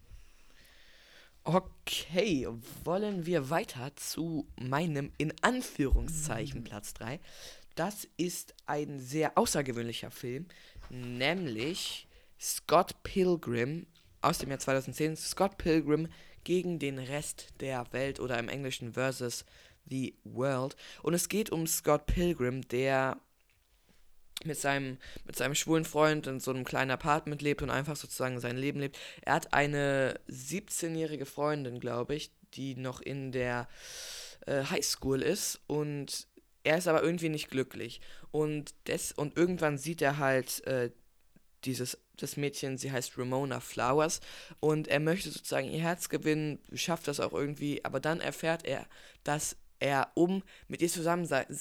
Okay, wollen wir weiter zu meinem in Anführungszeichen Platz 3. Das ist ein sehr außergewöhnlicher Film, nämlich Scott Pilgrim aus dem Jahr 2010. Scott Pilgrim gegen den Rest der Welt oder im Englischen versus the World. Und es geht um Scott Pilgrim, der mit seinem schwulen Freund in so einem kleinen Apartment lebt und einfach sozusagen sein Leben lebt. Er hat eine 17-jährige Freundin, glaube ich, die noch in der Highschool ist und er ist aber irgendwie nicht glücklich. Und irgendwann sieht er halt das Mädchen, sie heißt Ramona Flowers und er möchte sozusagen ihr Herz gewinnen, schafft das auch irgendwie, aber dann erfährt er, dass er, um mit ihr zusammen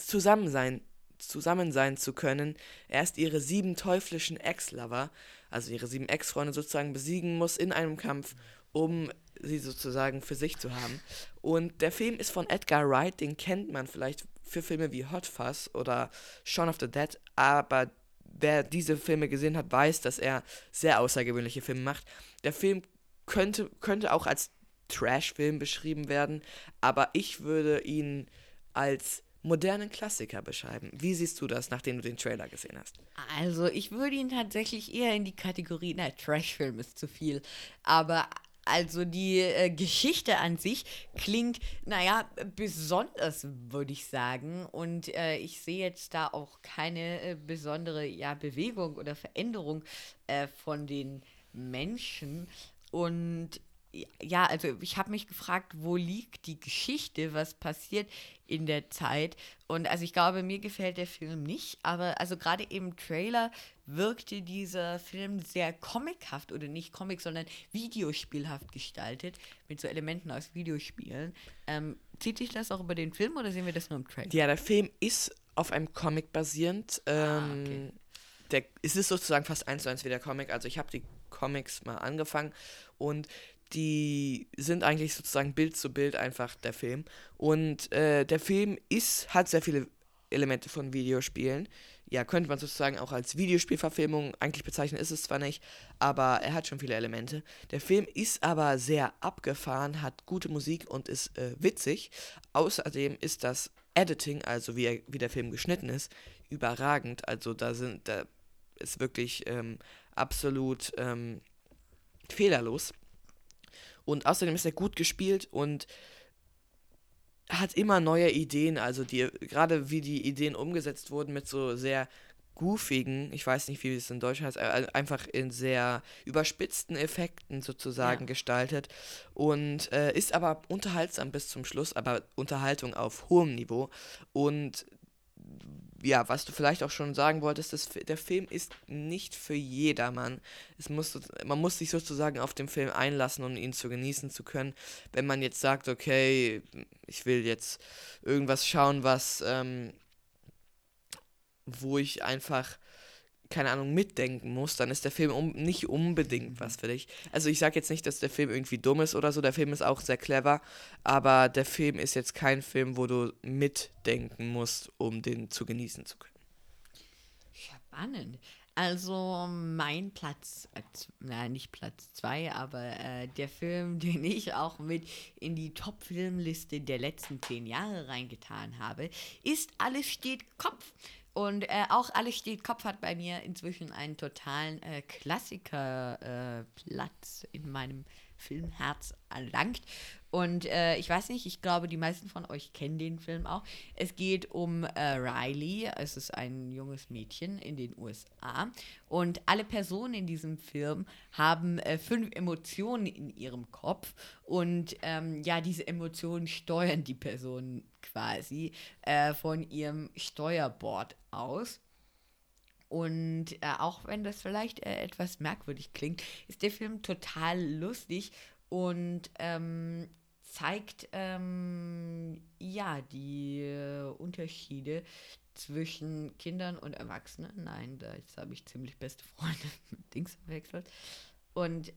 sein zu können, erst ihre 7 teuflischen Ex-Lover, also ihre 7 Ex-Freunde sozusagen besiegen muss in einem Kampf, um sie sozusagen für sich zu haben. Und der Film ist von Edgar Wright, den kennt man vielleicht für Filme wie Hot Fuzz oder Shaun of the Dead, aber wer diese Filme gesehen hat, weiß, dass er sehr außergewöhnliche Filme macht. Der Film könnte auch als Trash-Film beschrieben werden, aber ich würde ihn als modernen Klassiker beschreiben. Wie siehst du das, nachdem du den Trailer gesehen hast? Also, ich würde ihn tatsächlich eher in die Kategorie, Trash-Film ist zu viel, aber also die Geschichte an sich klingt, besonders, würde ich sagen. Und ich sehe jetzt da auch keine besondere Bewegung oder Veränderung von den Menschen. Und ja, also ich habe mich gefragt, wo liegt die Geschichte, was passiert in der Zeit. Und also ich glaube, mir gefällt der Film nicht, aber also gerade im Trailer wirkte dieser Film sehr comichaft oder nicht Comic, sondern videospielhaft gestaltet, mit so Elementen aus Videospielen. Zieht sich das auch über den Film oder sehen wir das nur im Trailer? Ja, der Film ist auf einem Comic basierend. Okay. es ist sozusagen fast 1:1 wie der Comic. Also ich habe die Comics mal angefangen und die sind eigentlich sozusagen Bild zu Bild einfach der Film. Und der Film hat sehr viele Elemente von Videospielen. Ja, könnte man sozusagen auch als Videospielverfilmung eigentlich bezeichnen, ist es zwar nicht, aber er hat schon viele Elemente. Der Film ist aber sehr abgefahren, hat gute Musik und ist witzig. Außerdem ist das Editing, also wie der Film geschnitten ist, überragend. Also da ist wirklich absolut fehlerlos. Und außerdem ist er gut gespielt und hat immer neue Ideen, also gerade wie die Ideen umgesetzt wurden mit so sehr goofigen, ich weiß nicht, wie es in Deutsch heißt, einfach in sehr überspitzten Effekten sozusagen gestaltet und ist aber unterhaltsam bis zum Schluss, aber Unterhaltung auf hohem Niveau. Und ja, was du vielleicht auch schon sagen wolltest, der Film ist nicht für jedermann. Man muss sich sozusagen auf den Film einlassen, um ihn zu genießen zu können. Wenn man jetzt sagt, okay, ich will jetzt irgendwas schauen, wo ich einfach, keine Ahnung, mitdenken muss, dann ist der Film nicht unbedingt was für dich. Also ich sage jetzt nicht, dass der Film irgendwie dumm ist oder so, der Film ist auch sehr clever, aber der Film ist jetzt kein Film, wo du mitdenken musst, um den zu genießen zu können. Spannend. Also mein nicht Platz 2, aber der Film, den ich auch mit in die Top-Filmliste der letzten 10 Jahre reingetan habe, ist Alles steht Kopf. Und auch Alles steht Kopf hat bei mir inzwischen einen totalen Klassiker-Platz in meinem Filmherz erlangt. Und ich weiß nicht, ich glaube, die meisten von euch kennen den Film auch. Es geht um Riley. Es ist ein junges Mädchen in den USA. Und alle Personen in diesem Film haben 5 Emotionen in ihrem Kopf. Und ja, diese Emotionen steuern die Person quasi von ihrem Steuerbord aus. Und auch wenn das vielleicht etwas merkwürdig klingt, ist der Film total lustig und zeigt ja die Unterschiede zwischen Kindern und Erwachsenen. Nein, jetzt habe ich ziemlich beste Freunde mit Dings verwechselt. Und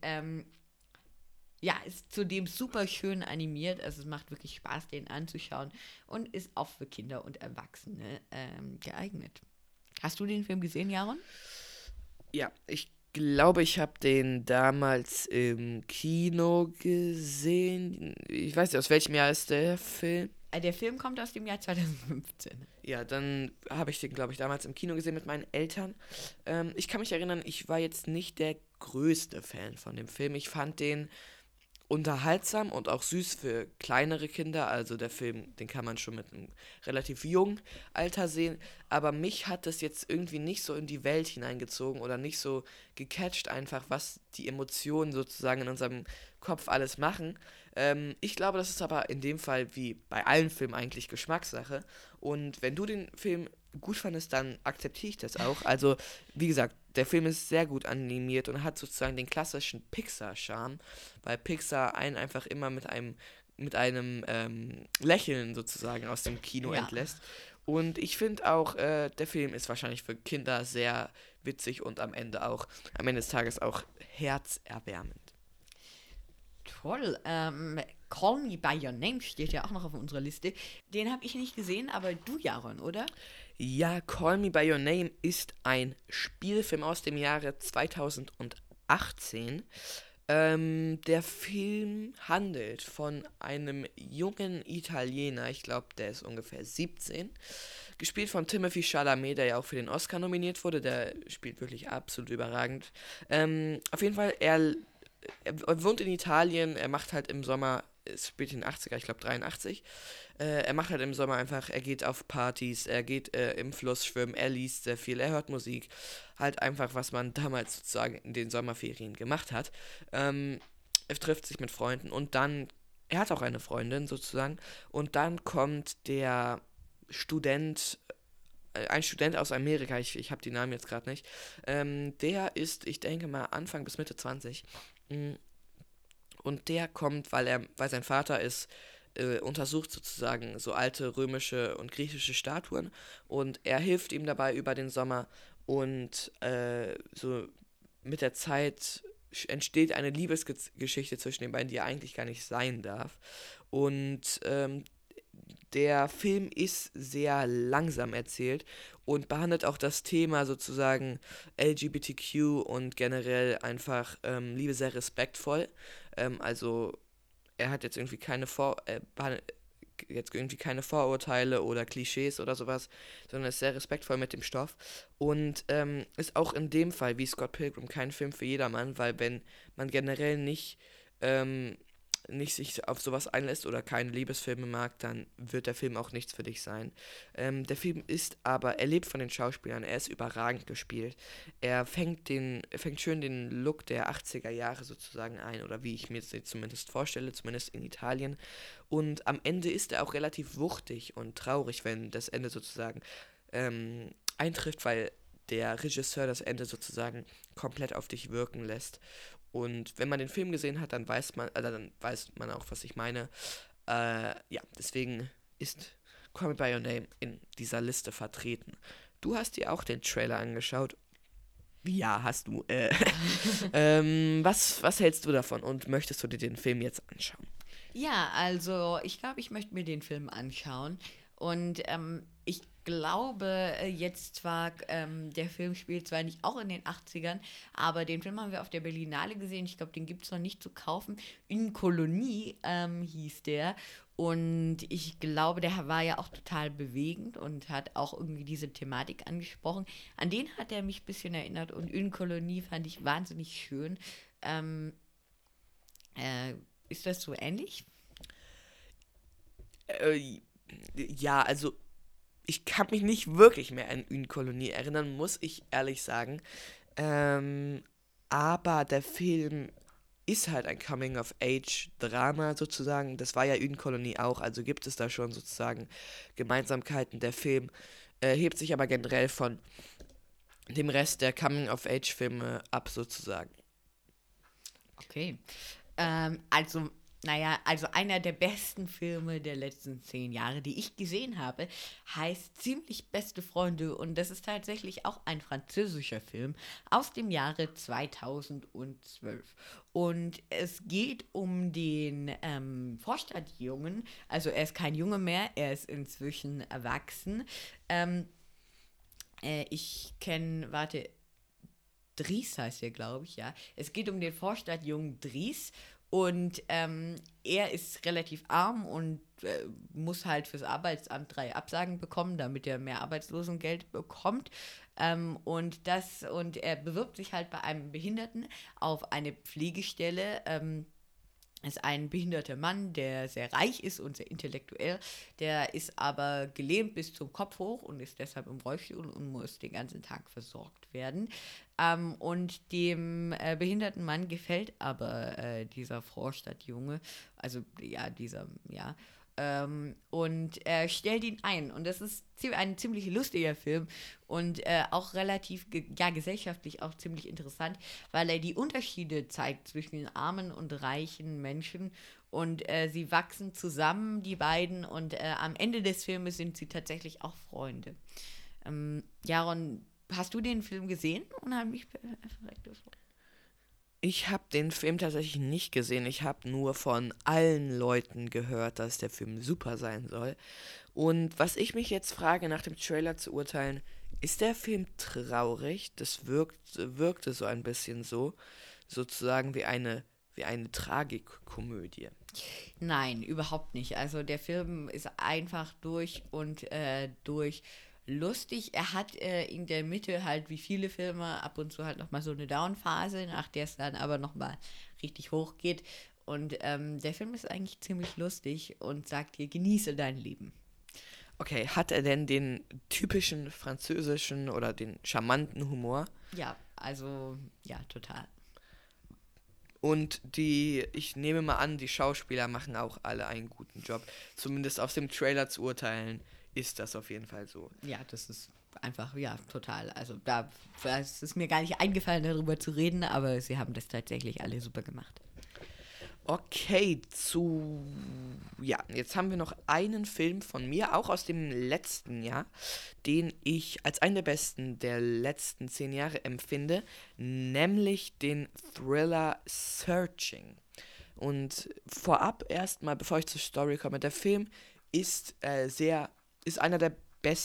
ja, ist zudem super schön animiert. Also es macht wirklich Spaß, den anzuschauen und ist auch für Kinder und Erwachsene geeignet. Hast du den Film gesehen, Jaron? Ja, ich glaube, ich habe den damals im Kino gesehen. Ich weiß nicht, aus welchem Jahr ist der Film? Der Film kommt aus dem Jahr 2015. Ja, dann habe ich den, glaube ich, damals im Kino gesehen mit meinen Eltern. Ich kann mich erinnern, ich war jetzt nicht der größte Fan von dem Film. Ich fand den unterhaltsam und auch süß für kleinere Kinder. Also der Film, den kann man schon mit einem relativ jungen Alter sehen. Aber mich hat das jetzt irgendwie nicht so in die Welt hineingezogen oder nicht so gecatcht einfach, was die Emotionen sozusagen in unserem Kopf alles machen. Ich glaube, das ist aber in dem Fall wie bei allen Filmen eigentlich Geschmackssache. Und wenn du den Film gut fandest, dann akzeptiere ich das auch. Also, wie gesagt, der Film ist sehr gut animiert und hat sozusagen den klassischen Pixar-Charme, weil Pixar einen einfach immer mit einem Lächeln sozusagen aus dem Kino entlässt. Und ich finde auch, der Film ist wahrscheinlich für Kinder sehr witzig und am Ende des Tages auch herzerwärmend. Toll. Call Me By Your Name steht ja auch noch auf unserer Liste. Den habe ich nicht gesehen, aber du, Jaron, oder? Ja, Call Me By Your Name ist ein Spielfilm aus dem Jahre 2018. Der Film handelt von einem jungen Italiener, ich glaube, der ist ungefähr 17, gespielt von Timothée Chalamet, der ja auch für den Oscar nominiert wurde. Der spielt wirklich absolut überragend. Auf jeden Fall, er wohnt in Italien, er macht halt im Sommer, es spielt in den 80er, ich glaube 83, er macht halt im Sommer einfach, er geht auf Partys, er geht im Fluss schwimmen, er liest sehr viel, er hört Musik, halt einfach, was man damals sozusagen in den Sommerferien gemacht hat. Er trifft sich mit Freunden und dann, er hat auch eine Freundin sozusagen, und dann kommt ein Student aus Amerika, ich habe die Namen jetzt gerade nicht, der ist, ich denke mal, Anfang bis Mitte 20. Und der kommt, weil sein Vater untersucht sozusagen so alte römische und griechische Statuen und er hilft ihm dabei über den Sommer und so mit der Zeit entsteht eine Liebesgeschichte zwischen den beiden, die ja eigentlich gar nicht sein darf. Und der Film ist sehr langsam erzählt und behandelt auch das Thema sozusagen LGBTQ und generell einfach Liebe sehr respektvoll. Also er hat jetzt irgendwie behandelt jetzt irgendwie keine Vorurteile oder Klischees oder sowas, sondern ist sehr respektvoll mit dem Stoff und ist auch in dem Fall wie Scott Pilgrim kein Film für jedermann, weil wenn man generell nicht sich auf sowas einlässt oder keine Liebesfilme mag, dann wird der Film auch nichts für dich sein. Der Film er lebt von den Schauspielern, er ist überragend gespielt. Er fängt schön den Look der 80er Jahre sozusagen ein, oder wie ich mir das jetzt zumindest vorstelle, zumindest in Italien. Und am Ende ist er auch relativ wuchtig und traurig, wenn das Ende sozusagen eintrifft, weil der Regisseur das Ende sozusagen komplett auf dich wirken lässt. Und wenn man den Film gesehen hat, dann weiß man auch, was ich meine. Ja, deswegen ist Call Me By Your Name in dieser Liste vertreten. Du hast dir auch den Trailer angeschaut. Ja, hast du. Was hältst du davon und möchtest du dir den Film jetzt anschauen? Ja, also ich glaube, ich möchte mir den Film anschauen. Und ich glaube, jetzt zwar, der Film spielt zwar nicht auch in den 80ern, aber den Film haben wir auf der Berlinale gesehen. Ich glaube, den gibt es noch nicht zu kaufen. Une Kolonie hieß der. Und ich glaube, der war ja auch total bewegend und hat auch irgendwie diese Thematik angesprochen. An den hat er mich ein bisschen erinnert und Une Kolonie fand ich wahnsinnig schön. Ähm, äh, Ist das so ähnlich? Äh, ja, also ich kann mich nicht wirklich mehr an Une Kolonie erinnern, muss ich ehrlich sagen. Ähm, aber der Film ist halt ein Coming-of-Age-Drama sozusagen. Das war ja Une Kolonie auch, also gibt es da schon sozusagen Gemeinsamkeiten. Der Film hebt sich aber generell von dem Rest der Coming-of-Age-Filme ab sozusagen. Okay. Also einer der besten Filme der letzten 10 Jahre, die ich gesehen habe, heißt Ziemlich beste Freunde und das ist tatsächlich auch ein französischer Film aus dem Jahre 2012. Und es geht um den Vorstadtjungen, also er ist kein Junge mehr, er ist inzwischen erwachsen. Ähm, warte, Dries heißt er, glaube ich, ja. Es geht um den Vorstadtjungen Dries und er ist relativ arm und muss halt fürs Arbeitsamt 3 Absagen bekommen, damit er mehr Arbeitslosengeld bekommt. Und er bewirbt sich halt bei einem Behinderten auf eine Pflegestelle. Ist ein behinderter Mann, der sehr reich ist und sehr intellektuell. Der ist aber gelähmt bis zum Kopf hoch und ist deshalb im Rollstuhl und muss den ganzen Tag versorgt werden. Und dem behinderten Mann gefällt aber dieser Vorstadtjunge, also ja, und er stellt ihn ein. Und das ist ein ziemlich lustiger Film und auch relativ, gesellschaftlich auch ziemlich interessant, weil er die Unterschiede zeigt zwischen armen und reichen Menschen. Und sie wachsen zusammen, die beiden, und am Ende des Filmes sind sie tatsächlich auch Freunde. Jaron, hast du den Film gesehen? Unheimlich verreckte Frau. Ich habe den Film tatsächlich nicht gesehen. Ich habe nur von allen Leuten gehört, dass der Film super sein soll. Und was ich mich jetzt frage, nach dem Trailer zu urteilen, ist der Film traurig? Das wirkte so ein bisschen so, sozusagen wie eine Tragikkomödie. Nein, überhaupt nicht. Also der Film ist einfach durch und durch lustig. Er hat in der Mitte halt wie viele Filme ab und zu halt nochmal so eine Down-Phase, nach der es dann aber nochmal richtig hoch geht. Und der Film ist eigentlich ziemlich lustig und sagt dir, genieße dein Leben. Okay, hat er denn den typischen französischen oder den charmanten Humor? Ja, also ja, total. Und ich nehme mal an, die Schauspieler machen auch alle einen guten Job. Zumindest aus dem Trailer zu urteilen, ist das auf jeden Fall so. Ja, das ist einfach, ja, total. Also es ist mir gar nicht eingefallen, darüber zu reden, aber sie haben das tatsächlich alle super gemacht. Okay, ja, jetzt haben wir noch einen Film von mir, auch aus dem letzten Jahr, den ich als einen der besten der letzten 10 Jahre empfinde, nämlich den Thriller Searching. Und vorab erstmal, bevor ich zur Story komme, der Film ist ist einer der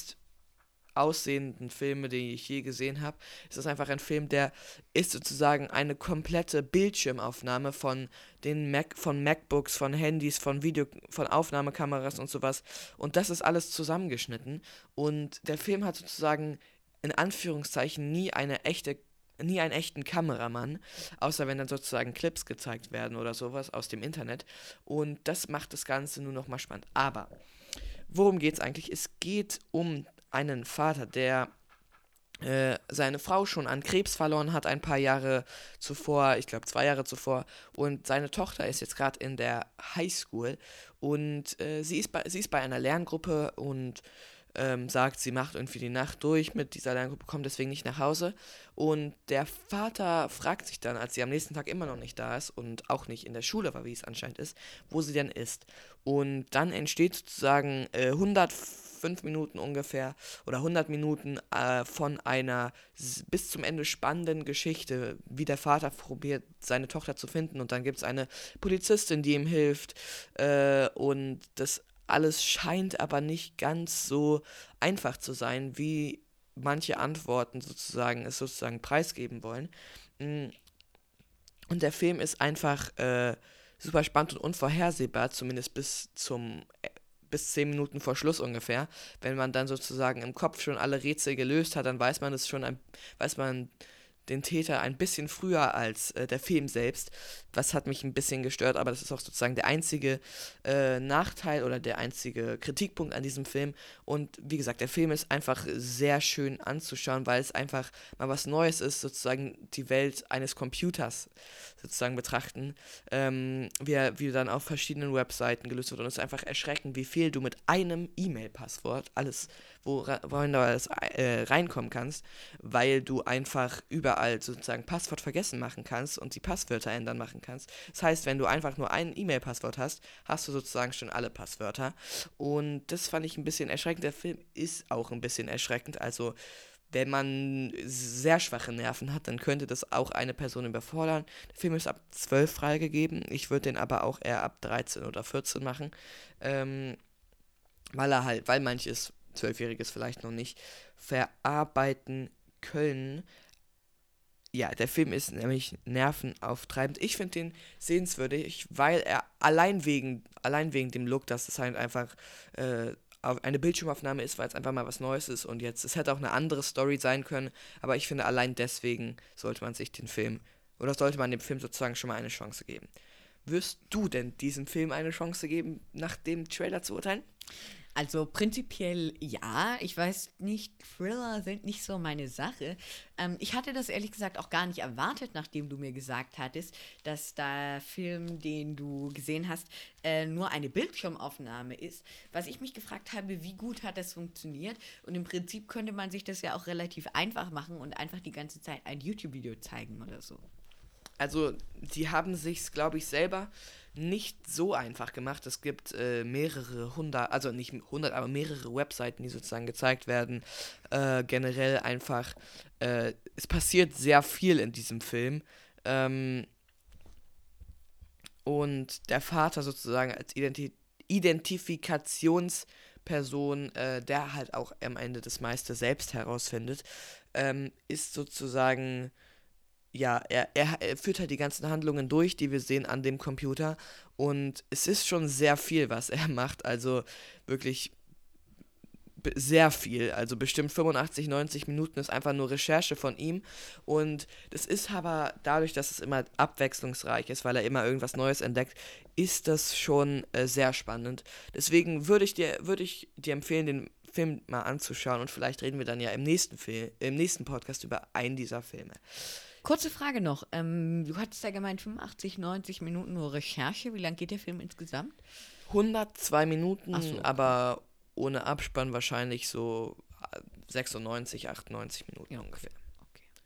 aussehenden Filme, die ich je gesehen habe. Es ist einfach ein Film, der ist sozusagen eine komplette Bildschirmaufnahme von von MacBooks, von Handys, von Aufnahmekameras und sowas. Und das ist alles zusammengeschnitten. Und der Film hat sozusagen in Anführungszeichen nie einen echten Kameramann, außer wenn dann sozusagen Clips gezeigt werden oder sowas aus dem Internet. Und das macht das Ganze nur noch mal spannend. Aber worum geht es eigentlich? Es geht um einen Vater, der seine Frau schon an Krebs verloren hat, ein paar Jahre zuvor, ich glaube 2 Jahre zuvor, und seine Tochter ist jetzt gerade in der Highschool und sie ist bei einer Lerngruppe und sagt, sie macht irgendwie die Nacht durch mit dieser Lerngruppe, kommt deswegen nicht nach Hause. Und der Vater fragt sich dann, als sie am nächsten Tag immer noch nicht da ist und auch nicht in der Schule war, wie es anscheinend ist, wo sie denn ist. Und dann entsteht sozusagen 105 Minuten ungefähr oder 100 Minuten von einer bis zum Ende spannenden Geschichte, wie der Vater probiert, seine Tochter zu finden. Und dann gibt es eine Polizistin, die ihm hilft. Und das alles scheint aber nicht ganz so einfach zu sein, wie manche Antworten es sozusagen preisgeben wollen. Mm, Und der Film ist einfach super spannend und unvorhersehbar, zumindest bis 10 Minuten vor Schluss ungefähr. Wenn man dann sozusagen im Kopf schon alle Rätsel gelöst hat, dann weiß man den Täter ein bisschen früher als der Film selbst. Was hat mich ein bisschen gestört, aber das ist auch sozusagen der einzige Nachteil oder der einzige Kritikpunkt an diesem Film. Und wie gesagt, der Film ist einfach sehr schön anzuschauen, weil es einfach mal was Neues ist, sozusagen die Welt eines Computers sozusagen betrachten, wie dann auf verschiedenen Webseiten gelöst wird. Und es ist einfach erschreckend, wie viel du mit einem E-Mail-Passwort alles wohin du alles reinkommen kannst, weil du einfach überall sozusagen Passwort vergessen machen kannst und die Passwörter ändern machen kannst. Das heißt, wenn du einfach nur ein E-Mail-Passwort hast, hast du sozusagen schon alle Passwörter. Und das fand ich ein bisschen erschreckend. Der Film ist auch ein bisschen erschreckend. Also, wenn man sehr schwache Nerven hat, dann könnte das auch eine Person überfordern. Der Film ist ab 12 freigegeben. Ich würde den aber auch eher ab 13 oder 14 machen. Weil manches Zwölfjähriges vielleicht noch nicht verarbeiten können. Ja, der Film ist nämlich nervenauftreibend. Ich finde den sehenswürdig, weil er allein wegen dem Look, dass es halt einfach eine Bildschirmaufnahme ist, weil es einfach mal was Neues ist und jetzt, es hätte auch eine andere Story sein können, aber ich finde, allein deswegen sollte man dem Film sozusagen schon mal eine Chance geben. Wirst du denn diesem Film eine Chance geben, nach dem Trailer zu urteilen? Also prinzipiell ja. Ich weiß nicht, Thriller sind nicht so meine Sache. Ich hatte das ehrlich gesagt auch gar nicht erwartet, nachdem du mir gesagt hattest, dass der Film, den du gesehen hast, nur eine Bildschirmaufnahme ist. Was ich mich gefragt habe, wie gut hat das funktioniert? Und im Prinzip könnte man sich das ja auch relativ einfach machen und einfach die ganze Zeit ein YouTube-Video zeigen oder so. Also, die haben sich's, glaube ich, selber nicht so einfach gemacht. Es gibt mehrere hundert, also nicht 100, aber mehrere Webseiten, die sozusagen gezeigt werden. Generell einfach, es passiert sehr viel in diesem Film. Ähm, und der Vater sozusagen als Identifikationsperson, der halt auch am Ende das meiste selbst herausfindet, ist sozusagen ja, er führt halt die ganzen Handlungen durch, die wir sehen an dem Computer. Und es ist schon sehr viel, was er macht. Also wirklich sehr viel. Also bestimmt 85, 90 Minuten ist einfach nur Recherche von ihm. Und das ist aber dadurch, dass es immer abwechslungsreich ist, weil er immer irgendwas Neues entdeckt, ist das schon sehr spannend. Deswegen würde ich dir empfehlen, den Film mal anzuschauen. Und vielleicht reden wir dann ja im nächsten Podcast über einen dieser Filme. Kurze Frage noch. Du hattest ja gemeint 85, 90 Minuten nur Recherche. Wie lang geht der Film insgesamt? 102 Minuten, Ach so, okay. aber ohne Abspann wahrscheinlich so 96, 98 Minuten Ja, ungefähr. okay.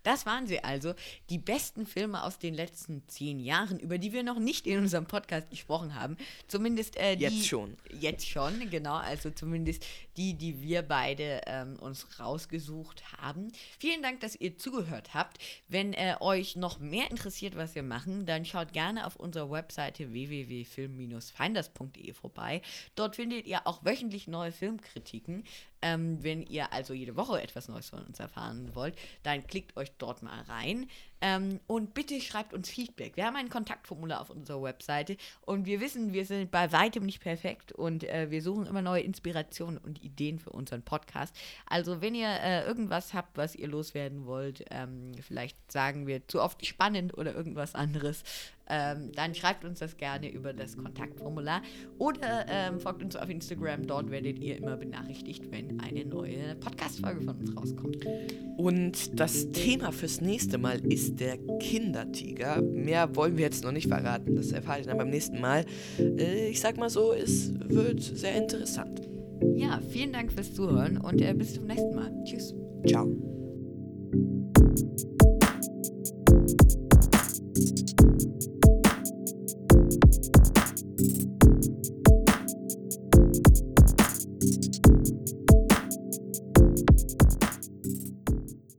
Das waren sie also, die besten Filme aus den letzten 10 Jahren, über die wir noch nicht in unserem Podcast gesprochen haben. Zumindest Jetzt schon. Jetzt schon, genau. Also zumindest die wir beide uns rausgesucht haben. Vielen Dank, dass ihr zugehört habt. Wenn euch noch mehr interessiert, was wir machen, dann schaut gerne auf unserer Webseite www.film-finders.de vorbei. Dort findet ihr auch wöchentlich neue Filmkritiken. Wenn ihr also jede Woche etwas Neues von uns erfahren wollt, dann klickt euch dort mal rein. Und bitte schreibt uns Feedback. Wir haben ein Kontaktformular auf unserer Webseite und wir wissen, wir sind bei weitem nicht perfekt und wir suchen immer neue Inspirationen und Ideen für unseren Podcast. Also wenn ihr irgendwas habt, was ihr loswerden wollt, vielleicht sagen wir zu oft spannend oder irgendwas anderes, dann schreibt uns das gerne über das Kontaktformular oder folgt uns auf Instagram. Dort werdet ihr immer benachrichtigt, wenn eine neue Podcast-Folge von uns rauskommt. Und das Thema fürs nächste Mal ist der Kindertiger. Mehr wollen wir jetzt noch nicht verraten, das erfahrt ihr dann beim nächsten Mal. Ich sag mal so, es wird sehr interessant. Ja, vielen Dank fürs Zuhören und bis zum nächsten Mal. Tschüss. Ciao.